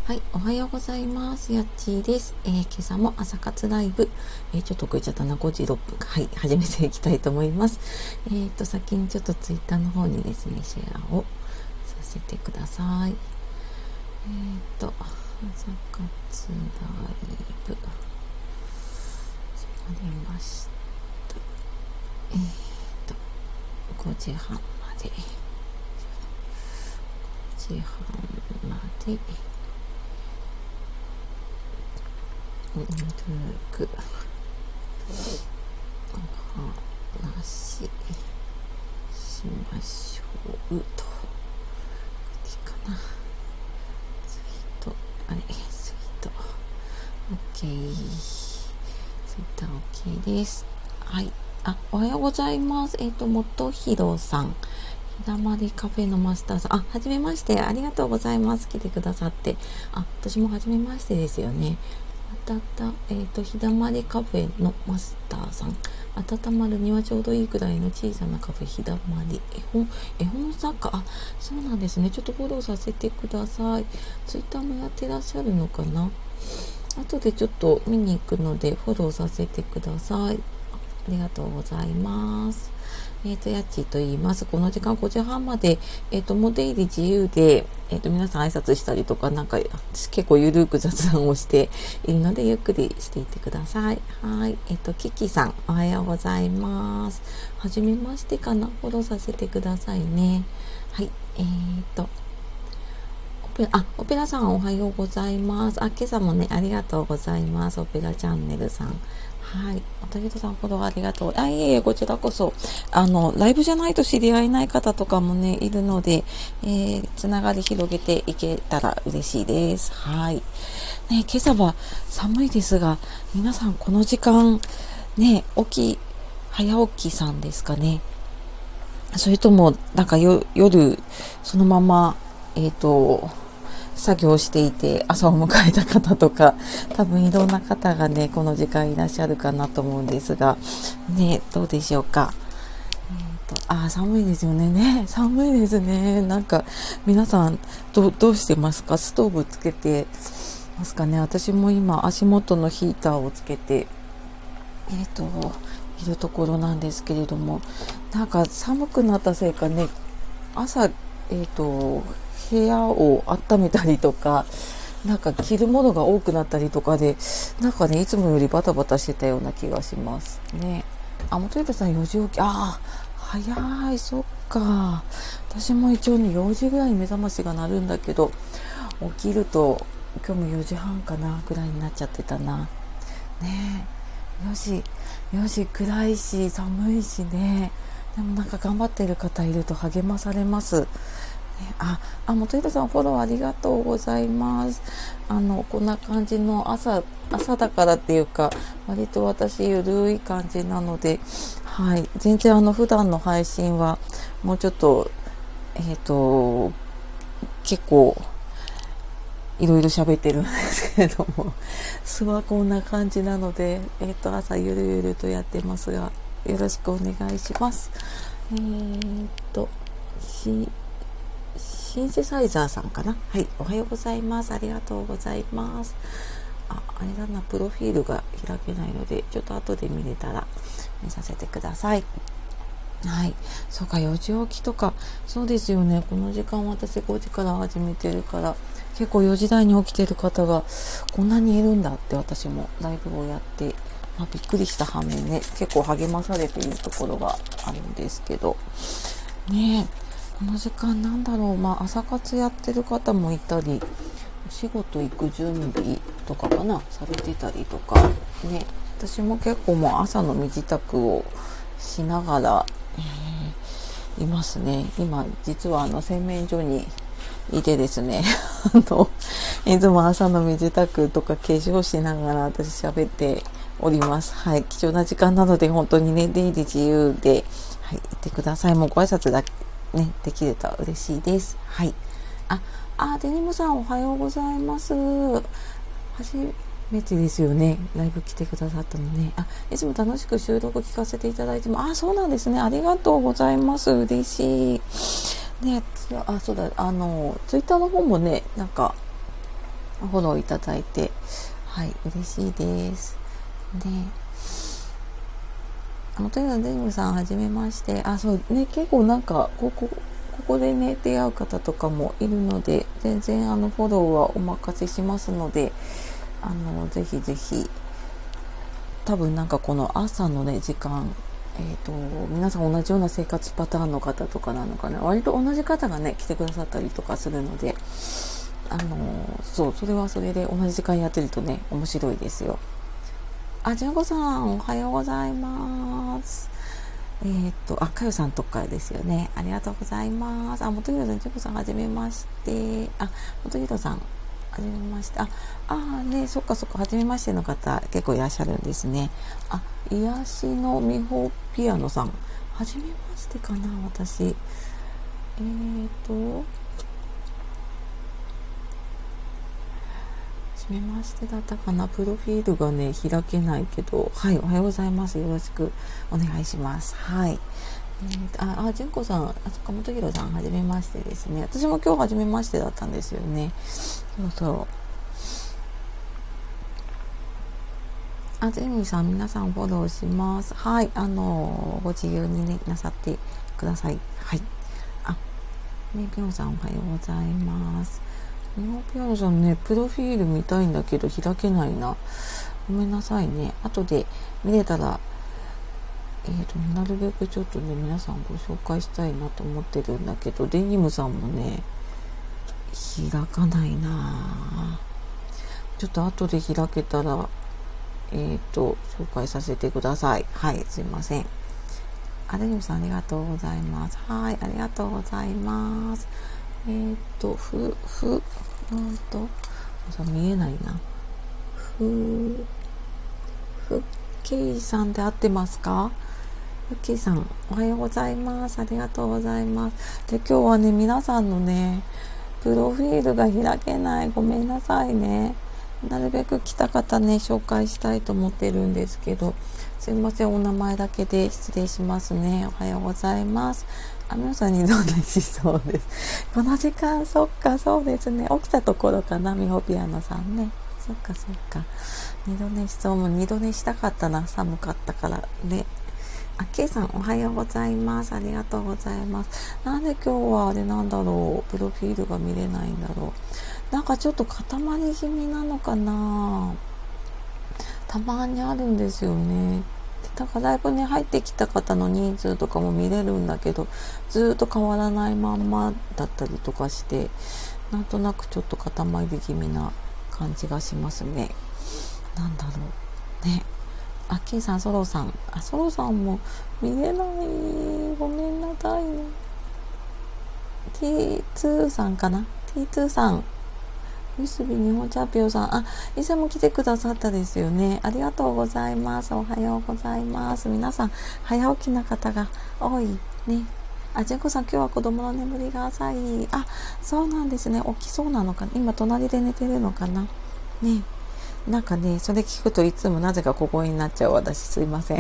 はい、おはようございます。やっちーです。今朝も朝活ライブ、ちょっと遅れちゃったな、5時6分。はい、始めていきたいと思います。先にちょっとツイッターの方にですね、シェアをさせてください。朝活ライブ、始まりました。5時半まで。5時半まで。ルークお話ししましょうと。こっちかな。ツイート、ツイート OK、 ツイッター OK です。はい、おはようございます。元弘さん、ひだまりカフェのマスターさん、はじめまして、ありがとうございます。来てくださって。私もはじめましてですよね。ひだまりカフェのマスターさん、温まるにはちょうどいいくらいの小さなカフェひだまり、絵本作家、そうなんですね。ちょっとフォローさせてください。ツイッターもやってらっしゃるのかな。後でちょっと見に行くのでフォローさせてください。ありがとうございます。やっちーと言います。この時間5時半まで、もう出入り自由で、皆さん挨拶したりとか、結構ゆるく雑談をしているので、ゆっくりしていってください。はい。キキさん、おはようございます。はじめましてかな。フォローさせてくださいね。はい。オペラさんおはようございます。今朝もね、ありがとうございます。オペラチャンネルさん。はい。おひとさんフォローありがとう。いえいえ、こちらこそ。ライブじゃないと知り合えない方とかもね、いるので、つながり広げていけたら嬉しいです。はい。ね、今朝は寒いですが、皆さんこの時間、ね、早起きさんですかね。それとも、夜、そのまま、作業していて朝を迎えた方とか、多分いろんな方がね、この時間いらっしゃるかなと思うんですが、ね、どうでしょうか。寒いですよね。寒いですね。皆さん、どうしてますか？ストーブつけてますかね。私も今、足元のヒーターをつけて、いるところなんですけれども、寒くなったせいかね、朝、部屋を温めたりとか、着るものが多くなったりとかで、いつもよりバタバタしてたような気がしますね。元枝さん4時起き、早い、そっか。私も一応ね、4時ぐらいに目覚ましが鳴るんだけど、起きると、今日も4時半かな、ぐらいになっちゃってたな。ねえ、4時暗いし、寒いしね。でも頑張ってる方いると励まされます。元枝さんフォローありがとうございます。こんな感じの朝だからっていうか、割と私ゆるい感じなので、はい、全然普段の配信はもうちょっと、結構いろいろ喋ってるんですけれども、素はこんな感じなので、朝ゆるゆるとやってますが、よろしくお願いします。シンセサイザーさんかな。はい、おはようございます。ありがとうございます。あれだな、プロフィールが開けないので、ちょっと後で見れたら見させてください。はい、そうか、4時起きとか、そうですよね。この時間私5時から始めてるから、結構4時台に起きてる方がこんなにいるんだって私もライブをやって、びっくりした反面ね、結構励まされているところがあるんですけど、ねえ。この時間朝活やってる方もいたり、お仕事行く準備とかかな、されてたりとかね。私も結構もう朝の身支度をしながら、いますね。今実は洗面所にいてですねいつも朝の身支度とか化粧しながら私喋っております。はい、貴重な時間なので本当にね、出入り自由で、はい、行ってください。もうご挨拶だけね、できると嬉しいです。はい。デニムさんおはようございます。初めてですよね。ライブ来てくださったのね。いつも楽しく収録聞かせていただいても、そうなんですね。ありがとうございます。嬉しい。ね、そうだ、ツイッターの方もね、 フォローいただいて、はい、嬉しいです。で、というのデニムさんはじめまして。そうね、結構なんかここでね出会う方とかもいるので、全然フォローはお任せしますので、ぜひぜひ、多分なんかこの朝のね時間、皆さん同じような生活パターンの方とかなのかな、割と同じ方がね来てくださったりとかするので、それはそれで同じ時間やってるとね面白いですよ。純子さんおはようございます。かよさんとかですよね。ありがとうございます。元弘さん、純子さんはじめまして。元弘さんはじめまして。ね、そっかはじめましての方結構いらっしゃるんですね。癒しのみほピアノさん、はじめましてかな、私。はじめましてだったかな。プロフィールがね開けないけど、はい、おはようございます。よろしくお願いします。はい。純子さん、元弘さんはじめましてですね。私も今日はじめましてだったんですよね。ジェミーさん、皆さんフォローします。はい、ご自由にねなさってください。はい。ピョンさんおはようございます。ピョンさんね、プロフィール見たいんだけど開けないな。ごめんなさいね。後で見れたら、なるべくちょっとね皆さんご紹介したいなと思ってるんだけど、デニムさんもね開かないな。ちょっと後で開けたら紹介させてください。はい、すいません。デニムさんありがとうございます。はい、ありがとうございます。見えないな。ふっけいさんで合ってますか？ふっけいさんおはようございます。ありがとうございます。で、今日はね皆さんのねプロフィールが開けない。ごめんなさいね。なるべく来た方ね紹介したいと思ってるんですけど、すいません、お名前だけで失礼しますね。おはようございます。皆さん二度寝しそうです。この時間、そっか、そうですね。起きたところかな、みほピアノさんね。そっか。二度寝しそう。もう二度寝したかったな、寒かったからね。ケイさんおはようございます。ありがとうございます。なんで今日はあれなんだろう、プロフィールが見れないんだろう。なんかちょっと固まり気味なのかな。たまにあるんですよね。だからだいぶね入ってきた方の人数とかも見れるんだけど、ずっと変わらないまんまだったりとかして、なんとなくちょっと固まり気味な感じがしますね。なんだろうね。ケイさん、ソロさん、ソロさんも見れない。ごめんなさいね。T2 さんかな。 T2 さん、結び日本チャンピオンさん、以前も来てくださったですよね。ありがとうございます。おはようございます。皆さん早起きな方が多いね。純子さん、今日は子供の眠りが浅い。そうなんですね。起きそうなのかな。今隣で寝てるのかなね。なんかね、それ聞くといつもなぜか小声になっちゃう私、すいません。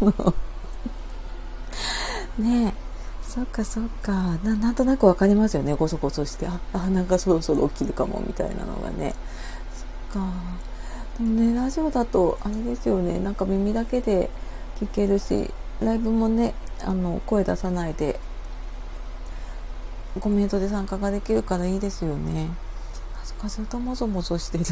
ねえ、そっか、なんとなくわかりますよね。ごそごそして、なんかそろそろ起きるかもみたいなのがね。そっか。でもね、ラジオだとあれですよね。なんか耳だけで聞けるし、ライブもね、声出さないでコメントで参加ができるからいいですよね。そっか、ずっともぞもぞしてる。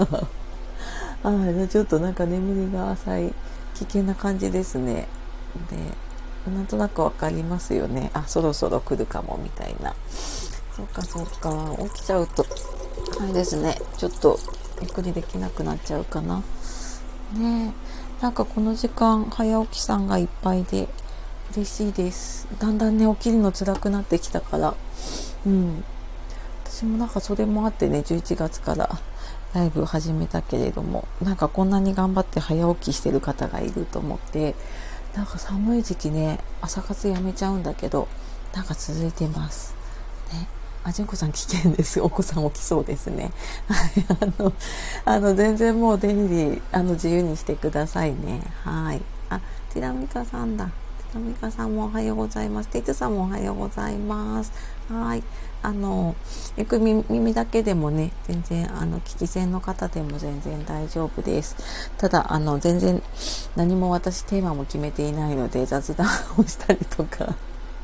ちょっとなんか眠りが浅い危険な感じですね。で、なんとなくわかりますよね。そろそろ来るかもみたいな。そっか、起きちゃうとあれですね、ちょっとゆっくりできなくなっちゃうかなね。なんかこの時間早起きさんがいっぱいで嬉しいです。だんだんね起きるの辛くなってきたから、私もなんかそれもあってね、11月からライブ始めたけれども、なんかこんなに頑張って早起きしてる方がいると思って、なんか寒い時期ね朝活やめちゃうんだけど、なんか続いてますね。純子さん危険です。お子さん起きそうですね。全然もう出入り自由にしてくださいね。はい。ティラミカさんだ。 トミカさんもおはようございます。テイツさんもおはようございます。はい。よく耳だけでもね、全然、聞き戦の方でも全然大丈夫です。ただ、全然、何も私テーマも決めていないので、雑談をしたりとか、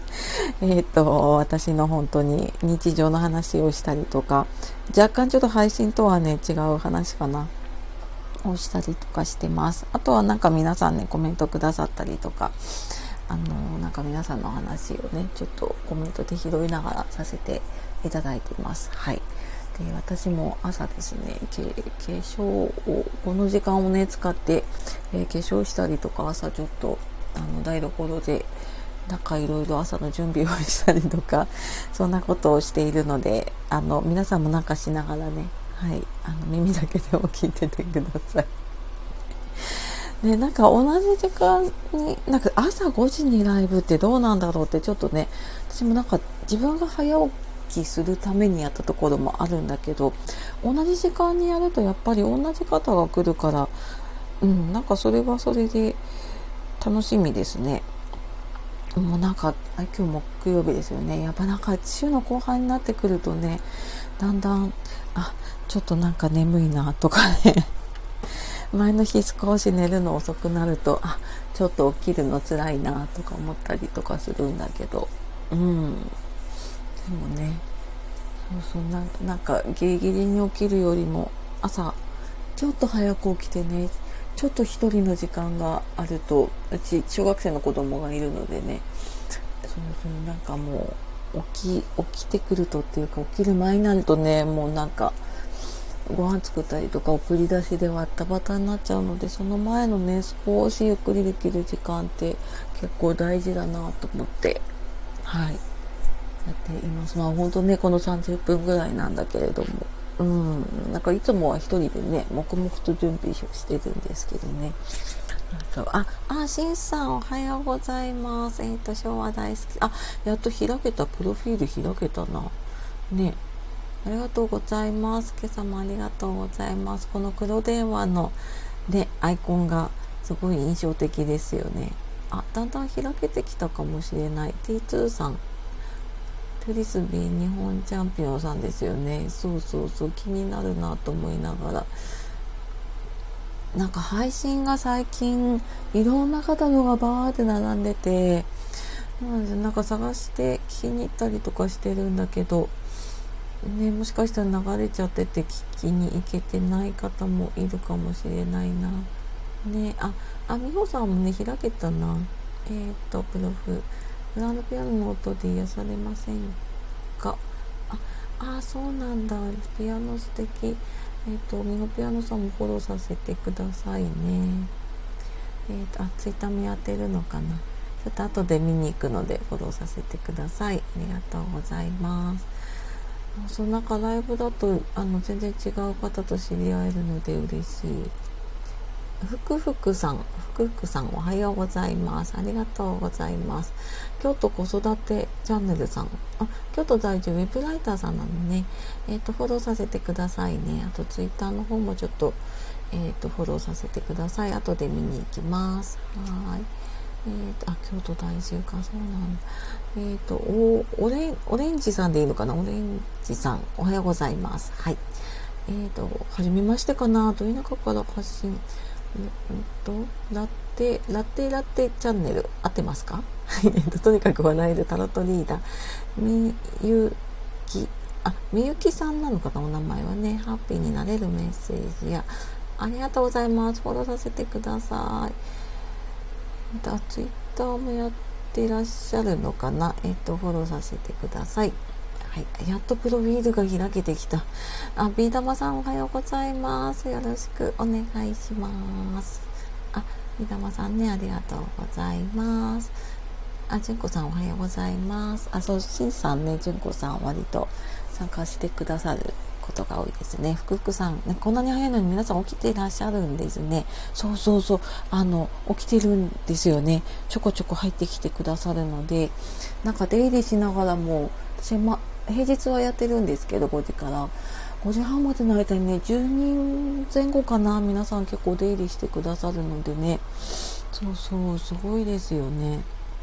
私の本当に日常の話をしたりとか、若干ちょっと配信とはね、違う話かな。をしたりとかしてます。あとはなんか皆さんねコメントくださったりとかなんか皆さんの話をねちょっとコメントで拾いながらさせていただいています。はい。で私も朝ですね化粧をこの時間をね使って、化粧したりとか朝ちょっと台所でなんかいろいろ朝の準備をしたりとかそんなことをしているので皆さんもなんかしながらねはい、耳だけでも聞いててください。ね、なんか同じ時間に、なんか朝5時にライブってどうなんだろうってちょっとね、私もなんか自分が早起きするためにやったところもあるんだけど、同じ時間にやるとやっぱり同じ方が来るから、なんかそれはそれで楽しみですね。もうなんか今日木曜日ですよね。やっぱなんか週の後半になってくるとね、だんだんちょっとなんか眠いなとかね前の日少し寝るの遅くなるとちょっと起きるの辛いなとか思ったりとかするんだけどでもねそうなんかギリギリに起きるよりも朝ちょっと早く起きてねちょっと一人の時間があるとうち小学生の子供がいるのでねそうなんかもう起きてくるとっていうか起きる前になるとねもうなんかご飯作ったりとか送り出しでバタバタになっちゃうのでその前のね少しゆっくりできる時間って結構大事だなと思ってはいやっています。まあ本当ねこの30分ぐらいなんだけれどもなんかいつもは一人でね黙々と準備してるんですけどねしんさんおはようございます。昭和大好きやっと開けたプロフィール開けたなねありがとうございます。今朝もありがとうございます。この黒電話のね、アイコンがすごい印象的ですよね。だんだん開けてきたかもしれない。T2 さん。フリスビー日本チャンピオンさんですよね。そう気になるなと思いながら。なんか配信が最近いろんな方のがバーって並んでて、なんか探して聞きに行ったりとかしてるんだけど、ね、もしかしたら流れちゃってて聞きに行けてない方もいるかもしれないな。ね、美穂さんもね、開けたな。プロフ。グランドピアノの音で癒されませんか？そうなんだ。ピアノ素敵。ミホピアノさんもフォローさせてくださいね。ツイッターもやってるのかな。ちょっと後で見に行くのでフォローさせてください。ありがとうございます。なんかライブだと全然違う方と知り合えるので嬉しい。福福さんおはようございます。ありがとうございます。京都子育てチャンネルさん、京都在住ウェブライターさんなのね。フォローさせてくださいね。あとツイッターの方もちょっとフォローさせてください。後で見に行きます。はい。京都在住か、そうなんだ。オレンジさんでいいのかな。オレンジさんおはようございます。はい。はじめましてかな。ど田舎から発信。ラテチャンネル合ってますか？とにかく笑えるタロットリーダーみゆきさんなのかな、お名前はね。ハッピーになれるメッセージやありがとうございます。フォローさせてください。ツイッターもやってらっしゃるのかな。フォローさせてください。はい、やっとプロフィールが開けてきた。ビー玉さんおはようございます。よろしくお願いします。ビー玉さんね、ありがとうございます。純子さんおはようございます。しんさんね、純子さん割と参加してくださることが多いですね。福福さん、ね、こんなに早いのに皆さん起きていらっしゃるんですね。そう起きてるんですよね。ちょこちょこ入ってきてくださるので、なんか出入りしながらも私平日はやってるんですけど、5時から5時半までの間にね、10人前後かな、皆さん結構出入りしてくださるのでね、すごいですよね。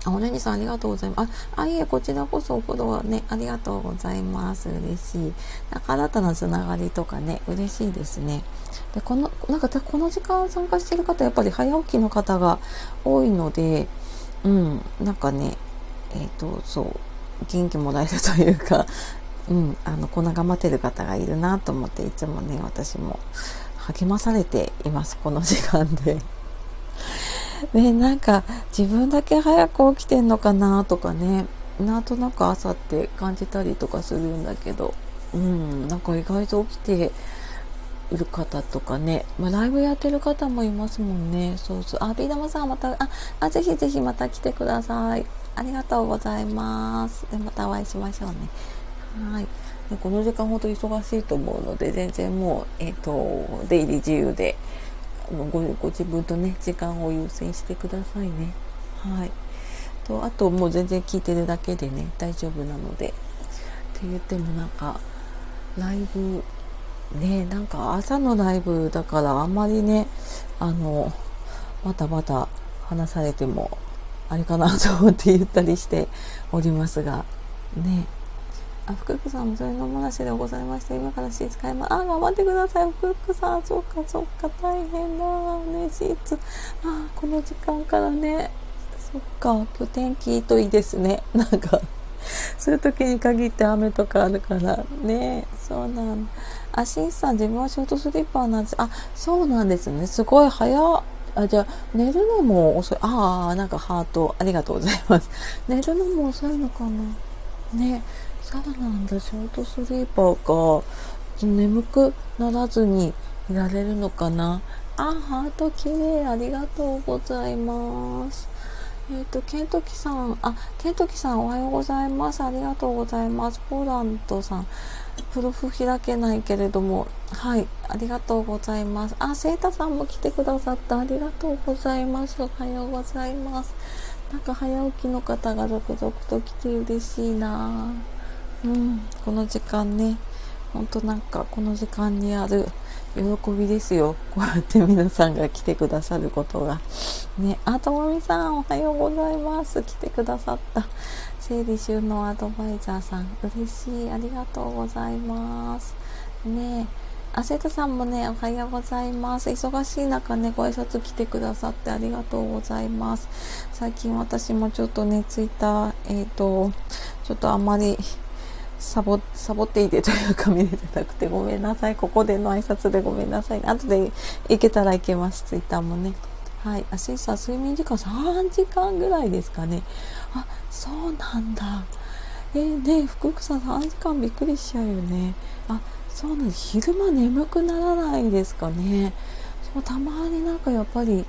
おねにさんありがとうございます。いえ、こちらこそフォローね、ありがとうございます。嬉しい。なんか新たなつながりとかね、嬉しいですね。で、この時間参加している方、やっぱり早起きの方が多いので、なんかね、そう、元気もらえるというか、こんな頑張ってる方がいるなと思って、いつもね、私も励まされています、この時間で。ね、なんか自分だけ早く起きてんのかなとかね、なんとなく朝って感じたりとかするんだけど、なんか意外と起きている方とかね、ライブやってる方もいますもんね。そうそう。ビー玉さんまた、ぜひぜひまた来てください。ありがとうございます。でまたお会いしましょうね。はい。でこの時間本当に忙しいと思うので、全然もう、出入り自由で、ご自分とね、時間を優先してくださいね。はい。あともう全然聞いてるだけでね、大丈夫なので。って言ってもなんか、ライブ、ね、なんか朝のライブだからあんまりね、バタバタ話されても、あれかなと思って言ったりしておりますが、ね。福福さんもそれの話でございまして、今からシーツ買います。頑張ってください、福福さん。そっか、大変だね、シーツ。この時間からね。そっか、今日天気いいといいですね。なんか、そういう時に限って雨とかあるからね。そうなんだ。シーツさん、自分はショートスリッパなんです。そうなんですね。すごい早じゃあ、寝るのも遅い。なんかハート、ありがとうございます。寝るのも遅いのかな。ね。そうなんだ、ショートスリーパーか。眠くならずにいられるのかな。ハート綺麗、ありがとうございます。ケントキさん、おはようございます。ありがとうございます。ポーランドさん、プロフ開けないけれども、はい、ありがとうございます。セイタさんも来てくださった。ありがとうございます。おはようございます。なんか早起きの方が続々と来て嬉しいな。この時間ね、ほんとなんかこの時間にある喜びですよ。こうやって皆さんが来てくださることが。ね、ともみさんおはようございます。来てくださった。整理収納アドバイザーさん、嬉しい。ありがとうございます。ねセイタさんもね、おはようございます。忙しい中ね、ご挨拶来てくださってありがとうございます。最近私もちょっとね、ツイッター、ちょっとあんまりサボっていてというか見れてなくてごめんなさい。ここでの挨拶でごめんなさい。後で行けたら行けます。ツイッターもね。はい。シーサー睡眠時間3時間ぐらいですかね。そうなんだ。ね、福福さん3時間びっくりしちゃうよね。そうなんです。昼間眠くならないですかね。たまになんかやっぱり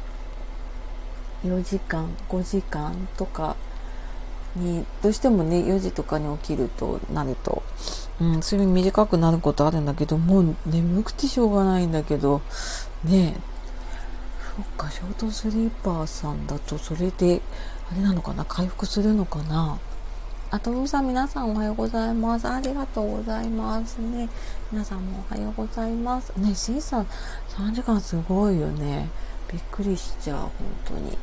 4時間、5時間とかにどうしてもね4時とかに起きるとなると、睡眠短くなることあるんだけど、もう眠くてしょうがないんだけどね。そっか、ショートスリーパーさんだとそれであれなのかな、回復するのかな。ともさん、皆さんおはようございます。ありがとうございますね。皆さんもおはようございますね。シンさん3時間すごいよね。びっくりしちゃう、本当に。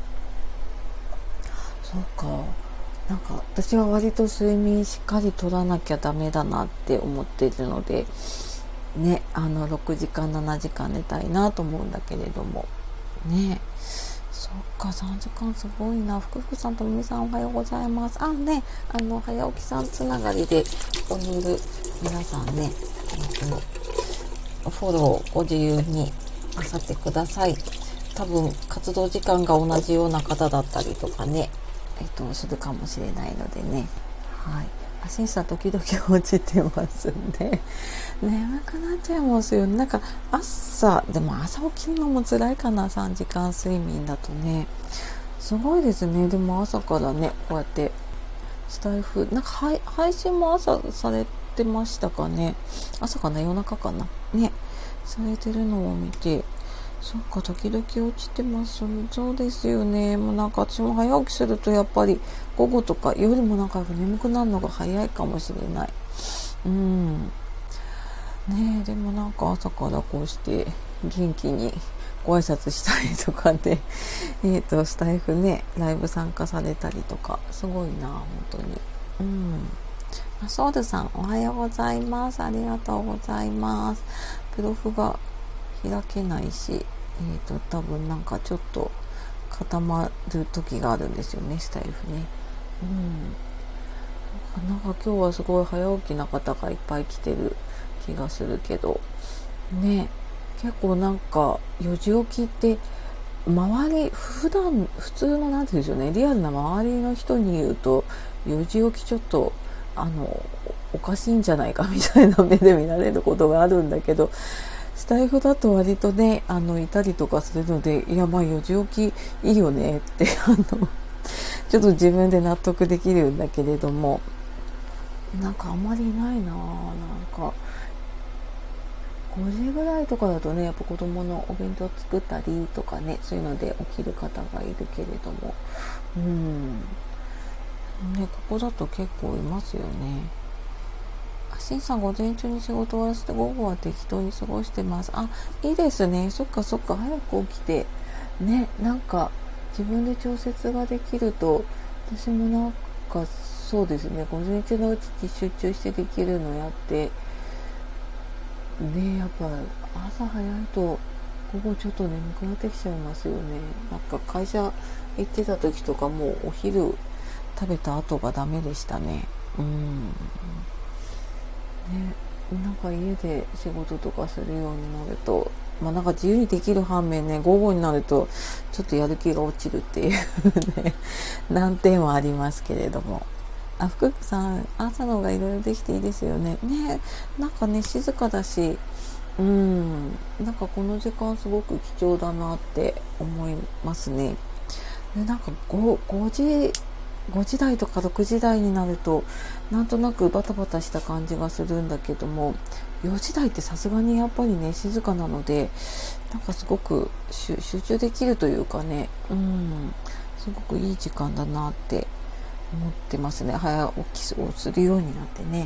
そうか、なんか私は割と睡眠しっかりとらなきゃダメだなって思っているのでね、6時間7時間寝たいなと思うんだけれどもね。そっか、3時間すごいな。福福さん、ともみさんおはようございます。早起きさんつながりでここにいる皆さんね、フォローご自由になさってください。多分活動時間が同じような方だったりとかね、するかもしれないのでね。はい。審査時々落ちてますね。眠くなっちゃいますよね。なんかでも朝起きるのも辛いかな。3時間睡眠だとね。すごいですね。でも朝からね、こうやってスタイフ、なんか配信も朝されてましたかね。朝かな、夜中かな。ね。されてるのを見て、そっか、時々落ちてます。そうですよね。もうなんか私も早起きするとやっぱり午後とか夜もなんか眠くなるのが早いかもしれない。ねえ、でもなんか朝からこうして元気にご挨拶したりとかで、スタイフね、ライブ参加されたりとか、すごいな、本当に。ソウルさん、おはようございます。ありがとうございます。プロフが開けないし、多分なんかちょっと固まる時があるんですよね、スタイフね。なんか今日はすごい早起きな方がいっぱい来てる気がするけど、ね、結構なんか4時起きって周り普通のなんていうんでしょうね、リアルな周りの人に言うと4時起きちょっとおかしいんじゃないかみたいな目で見られることがあるんだけど、スタイフだと割とねいたりとかするので、いやまあ4時起きいいよねってちょっと自分で納得できるんだけれども、なんかあんまりいないな。なんか5時ぐらいとかだとね、やっぱ子供のお弁当作ったりとかね、そういうので起きる方がいるけれども、ね、ここだと結構いますよね。しんさん、午前中に仕事終わらせて午後は適当に過ごしてます。あ、いいですね。そっかそっか、早く起きてね、なんか自分で調節ができると、私もなんかそうですね、午前中のうちに集中してできるのやってね、やっぱ朝早いと午後ちょっと眠くなってきちゃいますよね。なんか会社行ってた時とかもうお昼食べた後がダメでしたね。なんか家で仕事とかするようになると、なんか自由にできる反面ね、午後になるとちょっとやる気が落ちるっていうね難点はありますけれども。福木さん、朝のがいろいろできていいですよね。なんかね、静かだし、なんかこの時間すごく貴重だなって思いますね。でなんか5時台とか6時台になるとなんとなくバタバタした感じがするんだけども、4時台ってさすがにやっぱりね静かなので、なんかすごく集中できるというかね、すごくいい時間だなって思ってますね。早起きをするようになってね。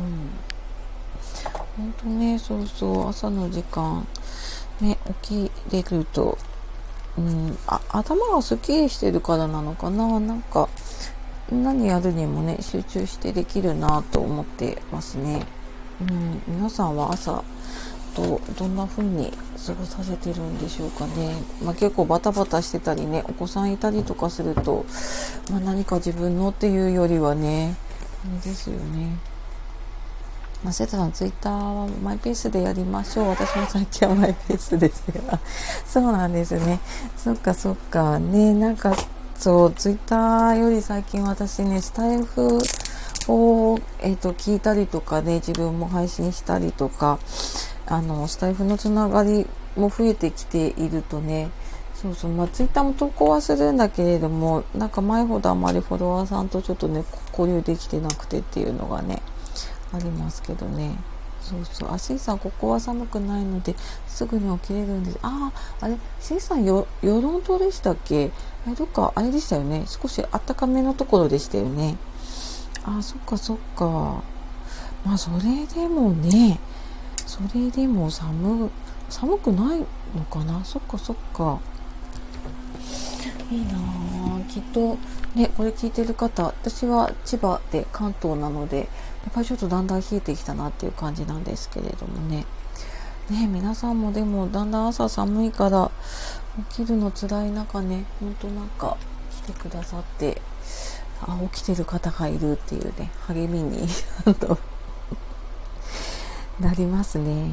本当ね、そうそう朝の時間ね起きれると、頭がすっきりしてるからなのかな。なんか何やるにもね集中してできるなと思ってますね。皆さんは朝どんな風に過ごさせてるんでしょうかね。結構バタバタしてたりね、お子さんいたりとかすると、何か自分のっていうよりはね、あれですよね。セタさん、ツイッターはマイペースでやりましょう。私も最近はマイペースですよ。そうなんですね。そっかね、なんかそうツイッターより最近私ねスタイフを聞いたりとかね、自分も配信したりとか、スタイフのつながりも増えてきているとね、ツイッターも投稿はするんだけれども、なんか前ほどあまりフォロワーさんとちょっとね交流できてなくてっていうのがねありますけどね。シンさん、ここは寒くないのですぐに起きれるんです。あれシンさん、与論島でしたっけ？どっかあれでしたよね。少し暖かめのところでしたよね。そっかそれでもね、寒くないのかな。そっかいいなぁ。きっとね、これ聞いてる方、私は千葉で関東なので、やっぱりちょっとだんだん冷えてきたなっていう感じなんですけれどもね。皆さんもでもだんだん朝寒いから起きるの辛い中ね、ほんとなんか来てくださって、起きてる方がいるっていうね、励みになりますね。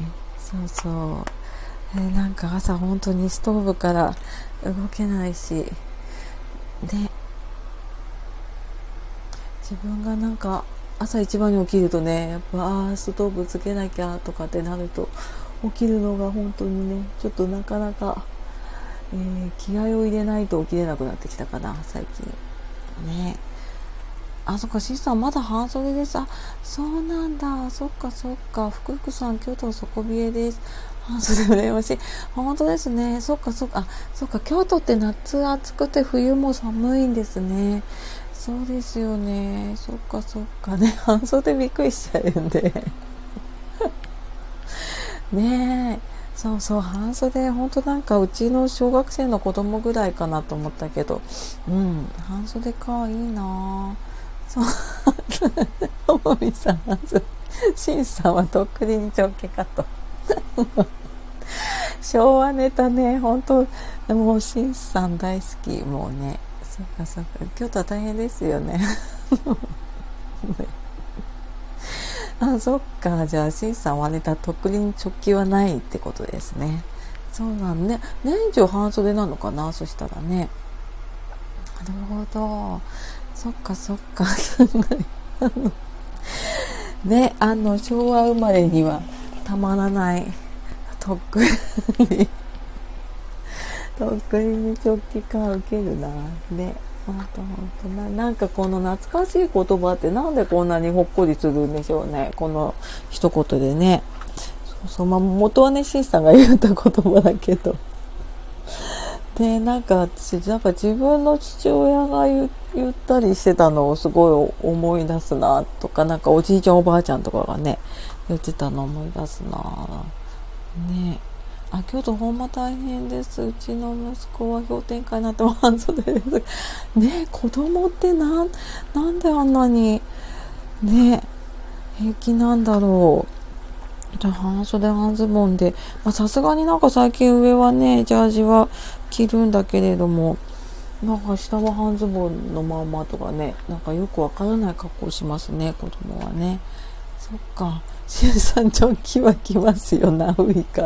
なんか朝本当にストーブから動けないし、ね、自分がなんか朝一番に起きるとね、やっぱストーブつけなきゃとかってなると、起きるのが本当にね、ちょっとなかなか、気合を入れないと起きれなくなってきたかな、最近ね。そっか、シーさんまだ半袖です。そうなんだ。そっか。福さん、京都底冷えです。半袖羨ましい。本当ですね。そっか。京都って夏暑くて冬も寒いんですね。そうですよね。そっかね。半袖びっくりしちゃうんで。ねえ。 そうそう、半袖、ほんとなんかうちの小学生の子供ぐらいかなと思ったけど、うん、半袖か、いいなそう、ともみさん、まず、しんさんはとっくりに長期かと。昭和ネタね、本当もうしんさん大好き、もうね。そっかそっか、京都は大変ですよね。あ、そっか。じゃあ、しんさんはね、とっくりに直帰はないってことですね。そうなんね。年中半袖なのかな、そしたらね。なるほど。そっかそっか。ね、昭和生まれにはたまらない、とっくり、とっくりに直帰か、受けるな。ね。ほんとほんとなんかこの懐かしい言葉ってなんでこんなにほっこりするんでしょうね。この一言でね。そうそう、まあ、元はね、シンさんが言った言葉だけど。で、なんか私、なんか自分の父親が言ったりしてたのをすごい思い出すな、とか、なんかおじいちゃんおばあちゃんとかがね、言ってたのを思い出すな。ね。あ、京都ほんま大変です。うちの息子は氷点下になっても半袖です。ね、子供ってなんであんなに、ね、平気なんだろう。じゃあ半袖半ズボンで、さすがになんか最近上はね、ジャージは着るんだけれども、なんか下は半ズボンのまんまとかね、なんかよくわからない格好しますね、子供はね。そっか、しゅうさん直帰は来ますよ、ナウイから。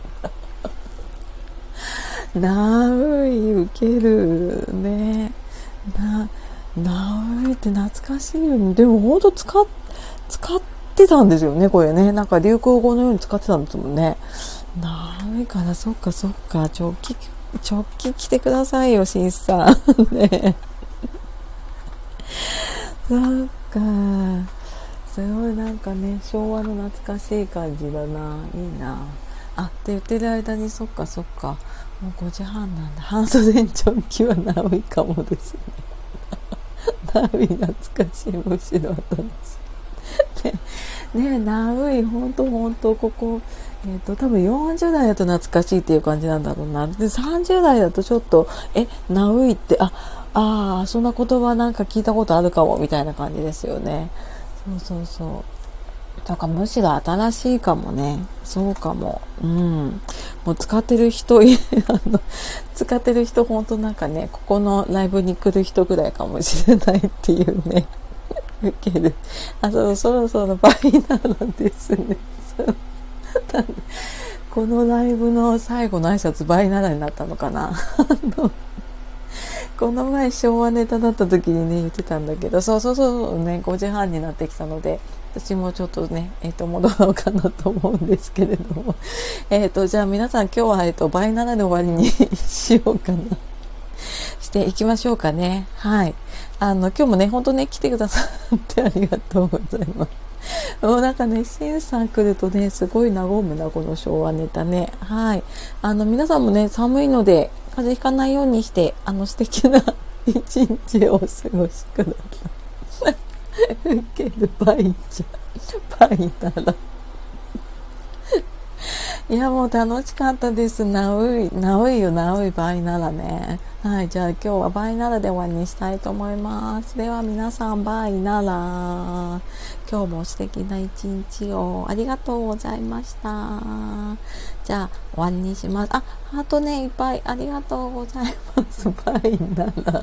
ナウイウケるね。ナウイって懐かしいよね。でもほんと使ってたんですよね、これね。なんか流行語のように使ってたんですもんね。ナウイから、そっかそっか、直帰来てくださいよ、しんさん。ね。そっか。すごいなんかね、昭和の懐かしい感じだな。いいな。あ、って言ってる間に、そっかそっか。もう5時半なんだ。半袖に直帰はナウイかもですね。ナウイ懐かしい、むしろ私。ねえ、ナウイ、ほんと、ここ、多分40代だと懐かしいっていう感じなんだろうな。で、30代だとちょっと、ナウイって、そんな言葉なんか聞いたことあるかも、みたいな感じですよね。そうそう。だからむしろ新しいかもね。そうかも。うん。もう使ってる人、使ってる人ほんとなんかね、ここのライブに来る人ぐらいかもしれないっていうね。受ける。そろそろバイナラですね。このライブの最後の挨拶バイナラになったのかな。この前昭和ネタだった時にね、言ってたんだけど、そうね、5時半になってきたので、私もちょっとね、戻ろうかなと思うんですけれども。じゃあ皆さん今日は、バイナラで終わりにしようかな。していきましょうかね。はい。今日もね、本当ね、来てくださってありがとうございます。もうなんかね、しんさん来るとね、すごい和むな、この昭和ネタね。はい。皆さんもね、寒いので、風邪ひかないようにして、素敵な一日をお過ごしください。受けるバイちゃん。バイなら。いや、もう楽しかったです。ナウイバイならね。はい、じゃあ今日はバイならで終わりにしたいと思います。では皆さん、バイなら。今日も素敵な一日をありがとうございました。じゃあ終わりにします。ハートね、いっぱいありがとうございます。バイなら。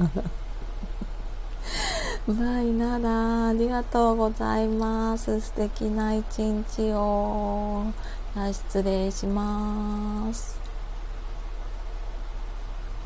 バイなら、ありがとうございます。素敵な一日を。失礼します。